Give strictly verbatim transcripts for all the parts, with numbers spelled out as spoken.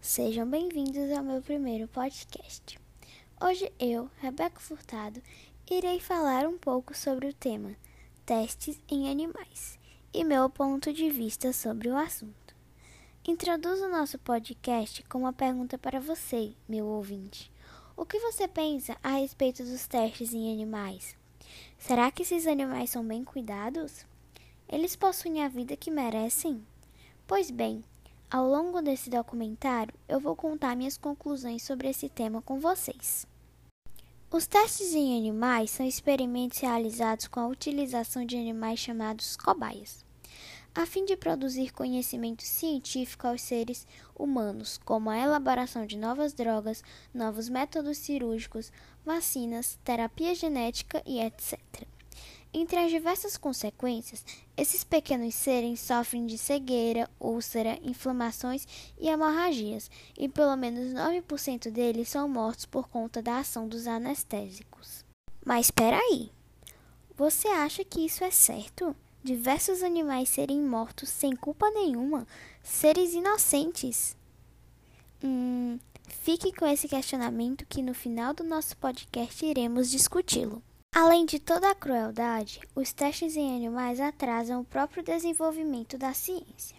Sejam bem-vindos ao meu primeiro podcast. Hoje eu, Rebeca Furtado, irei falar um pouco sobre o tema testes em animais e meu ponto de vista sobre o assunto. Introduzo o nosso podcast com uma pergunta para você, meu ouvinte. O que você pensa a respeito dos testes em animais? Será que esses animais são bem cuidados? Eles possuem a vida que merecem? Pois bem, ao longo desse documentário, eu vou contar minhas conclusões sobre esse tema com vocês. Os testes em animais são experimentos realizados com a utilização de animais chamados cobaias, a fim de produzir conhecimento científico aos seres humanos, como a elaboração de novas drogas, novos métodos cirúrgicos, vacinas, terapia genética e etcétera. Entre as diversas consequências, esses pequenos seres sofrem de cegueira, úlcera, inflamações e hemorragias, e pelo menos nove por cento deles são mortos por conta da ação dos anestésicos. Mas espera aí, você acha que isso é certo? Diversos animais serem mortos sem culpa nenhuma, seres inocentes? Hum, fique com esse questionamento que no final do nosso podcast iremos discuti-lo. Além de toda a crueldade, os testes em animais atrasam o próprio desenvolvimento da ciência.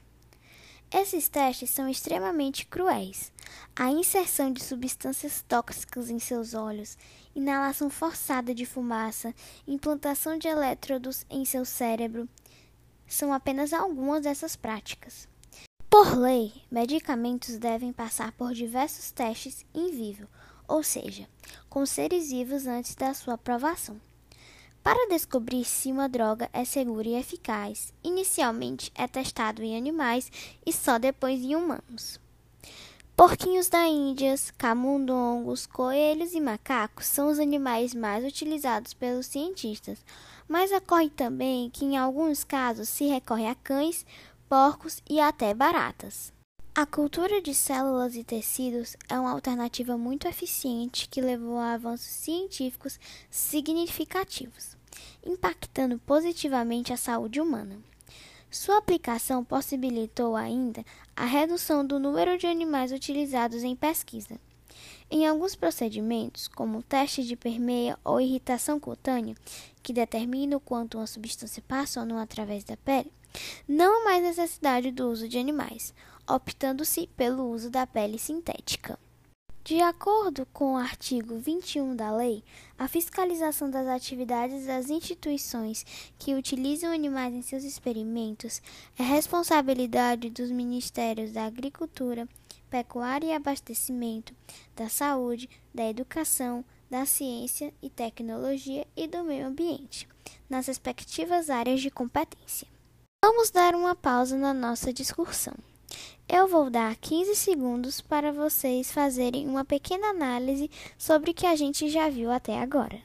Esses testes são extremamente cruéis. A inserção de substâncias tóxicas em seus olhos, inalação forçada de fumaça, implantação de elétrodos em seu cérebro, são apenas algumas dessas práticas. Por lei, medicamentos devem passar por diversos testes in vivo, ou seja, com seres vivos antes da sua aprovação. Para descobrir se uma droga é segura e eficaz, inicialmente é testado em animais e só depois em humanos. Porquinhos da Índia, camundongos, coelhos e macacos são os animais mais utilizados pelos cientistas, mas ocorre também que em alguns casos se recorre a cães, porcos e até baratas. A cultura de células e tecidos é uma alternativa muito eficiente que levou a avanços científicos significativos, impactando positivamente a saúde humana. Sua aplicação possibilitou ainda a redução do número de animais utilizados em pesquisa. Em alguns procedimentos, como o teste de permeia ou irritação cutânea, que determina o quanto uma substância passa ou não através da pele, não há mais necessidade do uso de animais, optando-se pelo uso da pele sintética. De acordo com o artigo vinte e um da lei, a fiscalização das atividades das instituições que utilizam animais em seus experimentos é responsabilidade dos Ministérios da Agricultura, Pecuária e Abastecimento, da Saúde, da Educação, da Ciência e Tecnologia e do Meio Ambiente, nas respectivas áreas de competência. Vamos dar uma pausa na nossa discussão. Eu vou dar quinze segundos para vocês fazerem uma pequena análise sobre o que a gente já viu até agora.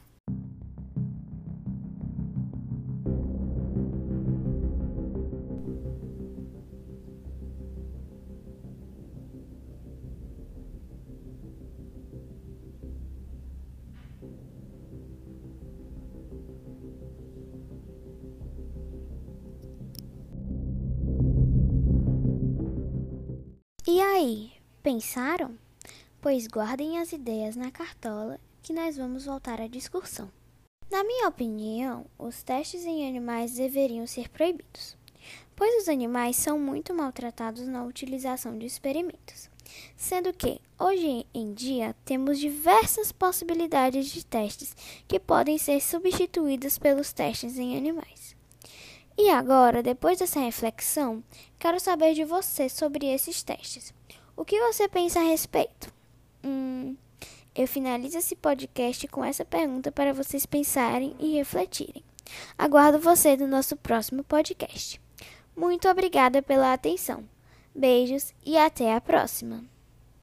E aí, pensaram? Pois guardem as ideias na cartola que nós vamos voltar à discussão. Na minha opinião, os testes em animais deveriam ser proibidos, pois os animais são muito maltratados na utilização de experimentos, sendo que, hoje em dia, temos diversas possibilidades de testes que podem ser substituídas pelos testes em animais. E agora, depois dessa reflexão, quero saber de você sobre esses testes. O que você pensa a respeito? Hum, eu finalizo esse podcast com essa pergunta para vocês pensarem e refletirem. Aguardo você no nosso próximo podcast. Muito obrigada pela atenção. Beijos e até a próxima!